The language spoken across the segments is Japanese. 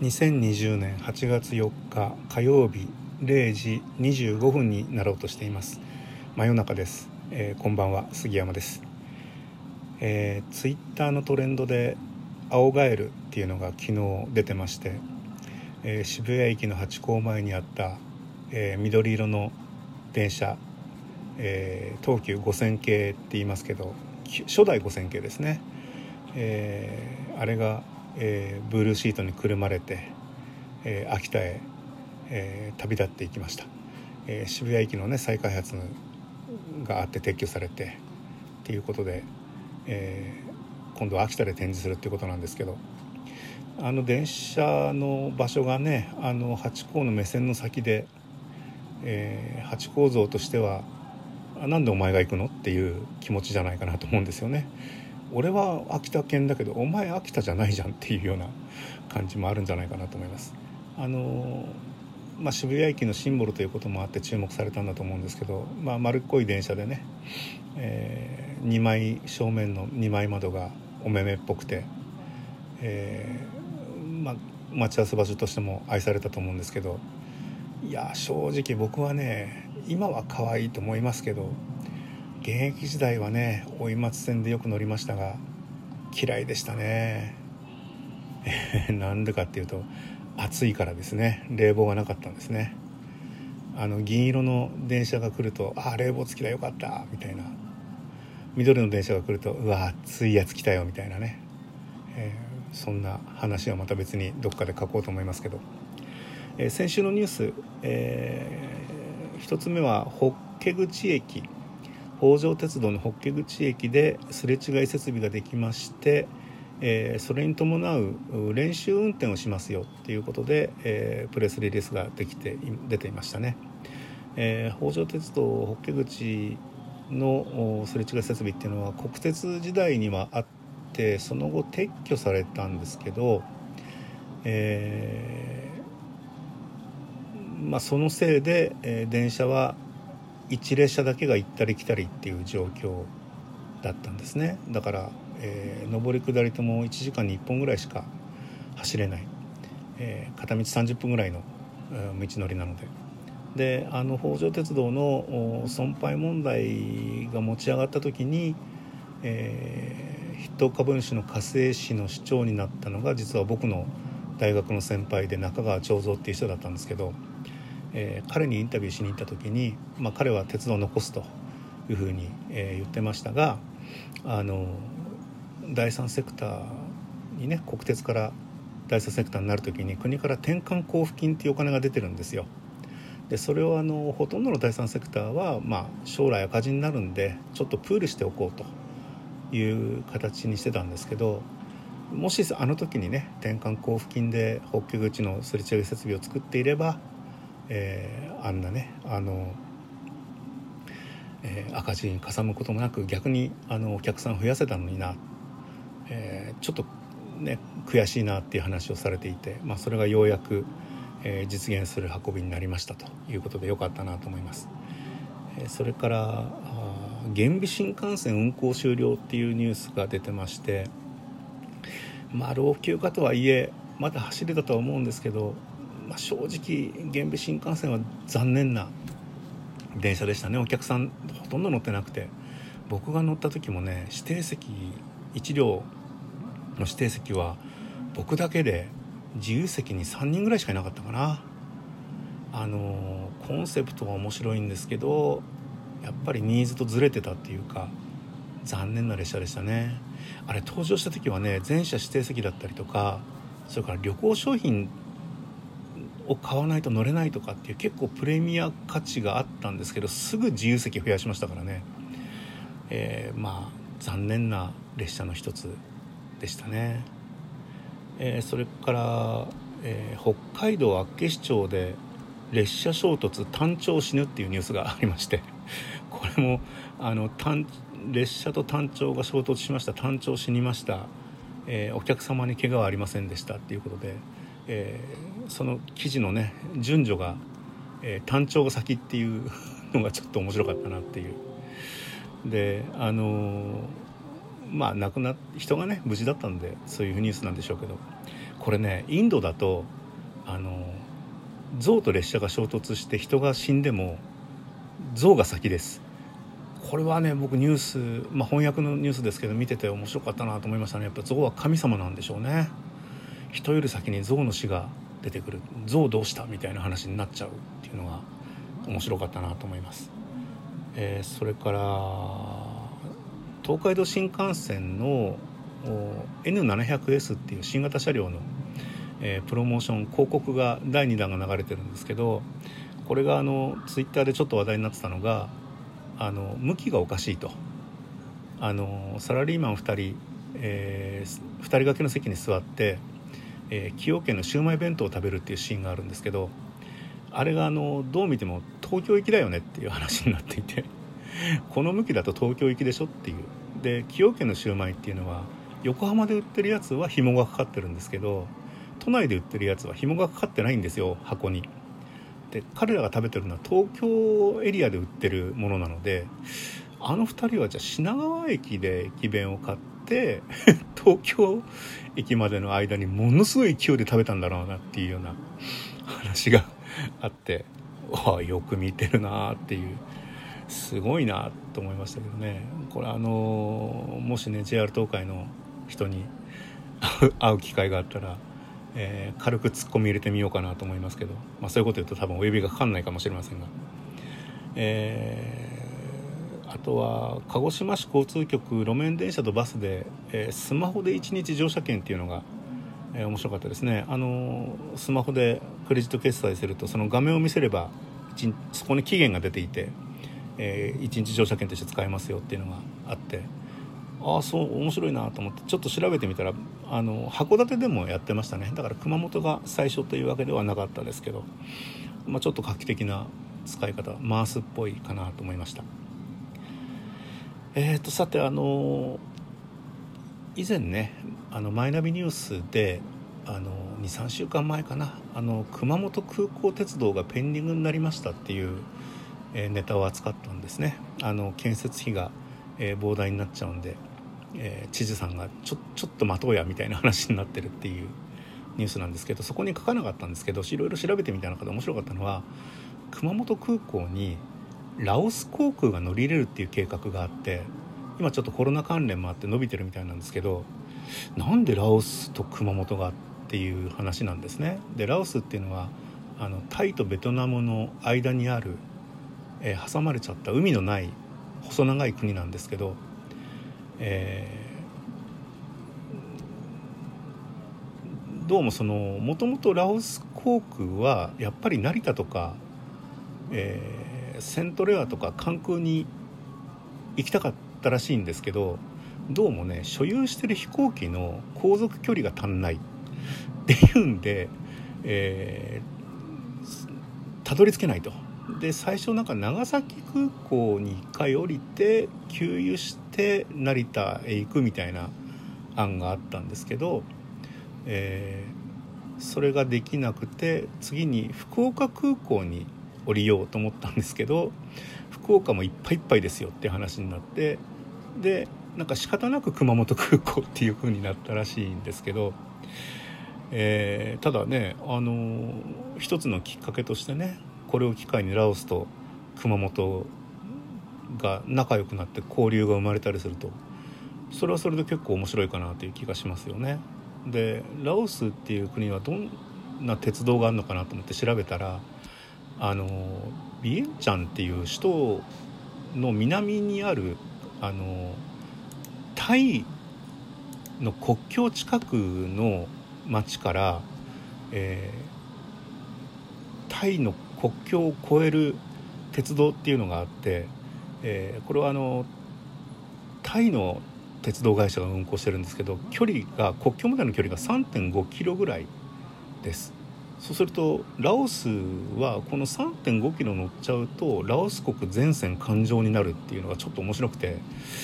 2020年8月4日火曜日0時25分になろうとしています。真夜中です。こんばんは、杉山です。ツイッターのトレンドで青ガエルっていうのが昨日出てまして、渋谷駅のハチ公前にあった、緑色の電車、東急5000系って言いますけど、初代5000系ですね。あれが、ブルーシートにくるまれて、秋田へ、旅立っていきました。渋谷駅のね再開発があって撤去されてっていうことで、今度は秋田で展示するっていうことなんですけど、電車の場所がねハチ公の目線の先で、ハチ公像としてはなんでお前が行くのっていう気持ちじゃないかなと思うんですよね。俺は秋田県だけどお前秋田じゃないじゃんっていうような感じもあるんじゃないかなと思います。渋谷駅のシンボルということもあって注目されたんだと思うんですけど、丸っこい電車でね、2枚正面の2枚窓がお目目っぽくて、待ち合わせ場所としても愛されたと思うんですけど、いや正直僕はね今は可愛いと思いますけど、現役時代はね追い松線でよく乗りましたが嫌いでしたね。なんでかっていうと暑いからですね。冷房がなかったんですね。銀色の電車が来ると冷房付きだよかったみたいな、緑の電車が来るとうわ暑いやつ来たよみたいなね、そんな話はまた別にどっかで書こうと思いますけど、先週のニュース、一つ目は法華口駅、北条鉄道の法華口駅ですれ違い設備ができまして、それに伴う練習運転をしますよということで、プレスリリースが出ていましたね。北条鉄道法華口のすれ違い設備っていうのは国鉄時代にはあってその後撤去されたんですけど、そのせいで、電車は1列車だけが行ったり来たりっていう状況だったんですね。だから、上り下りとも1時間に1本ぐらいしか走れない、片道30分ぐらいの道のりなので、北条鉄道の損廃問題が持ち上がった時に、筆頭株主の加勢氏の市長になったのが実は僕の大学の先輩で中川長三っていう人だったんですけど、彼にインタビューしに行った時に、彼は鉄道を残すというふうに、言ってましたが、第三セクターにね国鉄から第三セクターになる時に国から転換交付金っていうお金が出てるんですよ。でそれをほとんどの第三セクターは、将来赤字になるんでちょっとプールしておこうという形にしてたんですけど、もしあの時にね転換交付金で法華口のすれ違い設備を作っていれば、あんなね赤字にかさむこともなく逆にお客さん増やせたのにな、ちょっとね悔しいなっていう話をされていて、それがようやく、実現する運びになりましたということでよかったなと思います。それから厳備新幹線運行終了っていうニュースが出てまして、老朽化とはいえまだ走れたとは思うんですけど、正直厳備新幹線は残念な電車でしたね。お客さんほとんど乗ってなくて、僕が乗った時もね指定席1両の指定席は僕だけで自由席に3人ぐらいしかいなかったかな。コンセプトは面白いんですけどやっぱりニーズとずれてたっていうか残念な列車でしたね。あれ登場した時はね全車指定席だったりとか、それから旅行商品を買わないと乗れないとかっていう結構プレミア価値があったんですけど、すぐ自由席増やしましたからね、残念な列車の一つでしたね。それから、北海道厚岸町で列車衝突単調死ぬっていうニュースがありまして、これも列車と単調が衝突しました、単調死にました、お客様に怪我はありませんでしたっていうことで、その記事のね順序が、単調が先っていうのがちょっと面白かったなっていう。で亡くなった人がね無事だったんでそういうニュースなんでしょうけど、 これね、インドだと象と列車が衝突して人が死んでも象が先です。これはね、僕ニュース、翻訳のニュースですけど見てて面白かったなと思いましたね。やっぱ象は神様なんでしょうね。人より先に象の死が出てくる、象どうしたみたいな話になっちゃうっていうのが面白かったなと思います。それから東海道新幹線のN700S っていう新型車両の、プロモーション広告が第2弾が流れてるんですけど、これがツイッターでちょっと話題になってたのが向きがおかしいと。サラリーマン2人、2人掛けの席に座って、崎陽軒のシウマイ弁当を食べるっていうシーンがあるんですけど、あれがどう見ても東京行きだよねっていう話になっていてこの向きだと東京行きでしょっていう。で、崎陽軒のシウマイっていうのは横浜で売ってるやつは紐がかかってるんですけど、都内で売ってるやつは紐がかかってないんですよ、箱に。で、彼らが食べてるのは東京エリアで売ってるものなので、あの2人はじゃあ品川駅で駅弁を買って東京駅までの間にものすごい勢いで食べたんだろうなっていうような話があって、よく見てるなっていう、すごいなと思いましたけどね。これもしね JR 東海の人に会う機会があったら、軽くツッコミ入れてみようかなと思いますけど、そういうこと言うと多分お指がかかんないかもしれませんが、あとは鹿児島市交通局路面電車とバスで、スマホで1日乗車券っていうのが、面白かったですね。スマホでクレジット決済するとその画面を見せればそこに期限が出ていて、1日乗車券として使えますよっていうのがあって、そう面白いなと思ってちょっと調べてみたら函館でもやってましたね。だから熊本が最初というわけではなかったですけど、ちょっと画期的な使い方、マースっぽいかなと思いました。さて以前ねマイナビニュースで2、3週間前かな、熊本空港鉄道がペンディングになりましたっていう、ネタを扱ったんですね。建設費が、膨大になっちゃうんで、知事さんがちょっと待とうやみたいな話になってるっていうニュースなんですけど、そこに書かなかったんですけど、いろいろ調べてみた中で面白かったのは、熊本空港にラオス航空が乗り入れるっていう計画があって、今ちょっとコロナ関連もあって伸びてるみたいなんですけど、なんでラオスと熊本がっていう話なんですね。で、ラオスっていうのはタイとベトナムの間にある、挟まれちゃった海のない細長い国なんですけど、どうももともとラオス航空はやっぱり成田とか、セントレアとか関空に行きたかったらしいんですけど、どうもね所有してる飛行機の航続距離が足んないっていうんで、たどり着けないと。で、最初長崎空港に1回降りて給油して成田へ行くみたいな案があったんですけど、それができなくて次に福岡空港に降りようと思ったんですけど、福岡もいっぱいいっぱいですよって話になって、で仕方なく熊本空港っていう風になったらしいんですけど、ただね一つのきっかけとしてね、これを機会にラオスと熊本が仲良くなって交流が生まれたりすると、それはそれで結構面白いかなという気がしますよね。で、ラオスっていう国はどんな鉄道があるのかなと思って調べたら、ビエンチャンっていう首都の南にあるタイの国境近くの町から、タイの国境を越える鉄道っていうのがあって、これはタイの鉄道会社が運行してるんですけど、国境までの距離が 3.5 キロぐらいです。そうするとラオスはこの 3.5 キロ乗っちゃうとラオス国全線環状になるっていうのがちょっと面白くて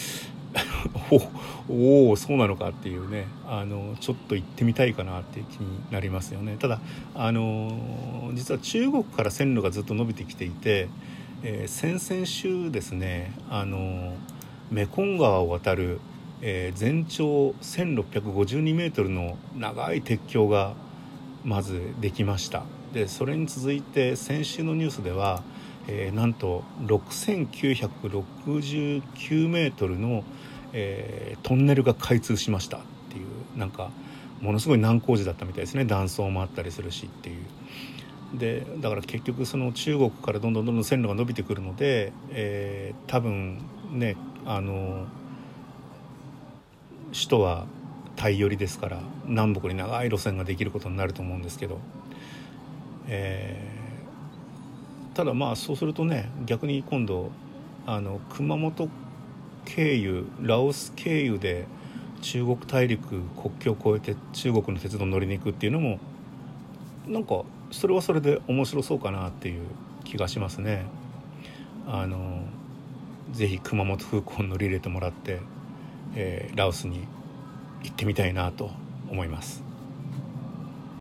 おおそうなのかっていうね、ちょっと行ってみたいかなっていう気になりますよね。ただ実は中国から線路がずっと伸びてきていて、先々週ですねメコン川を渡る全長1652メートルの長い鉄橋がまずできました。でそれに続いて先週のニュースでは、なんと6969メートルの、トンネルが開通しましたっていう、なんかものすごい難工事だったみたいですね。断層もあったりするしっていう。でだから結局その中国からどんどん線路が伸びてくるので、多分ね首都はタイ寄りですから南北に長い路線ができることになると思うんですけど、ただまあそうするとね、逆に今度熊本経由ラオス経由で中国大陸国境を越えて中国の鉄道に乗りに行くっていうのもなんかそれはそれで面白そうかなっていう気がしますね。ぜひ熊本空港に乗り入れてもらって、ラオスに行ってみたいなと思います。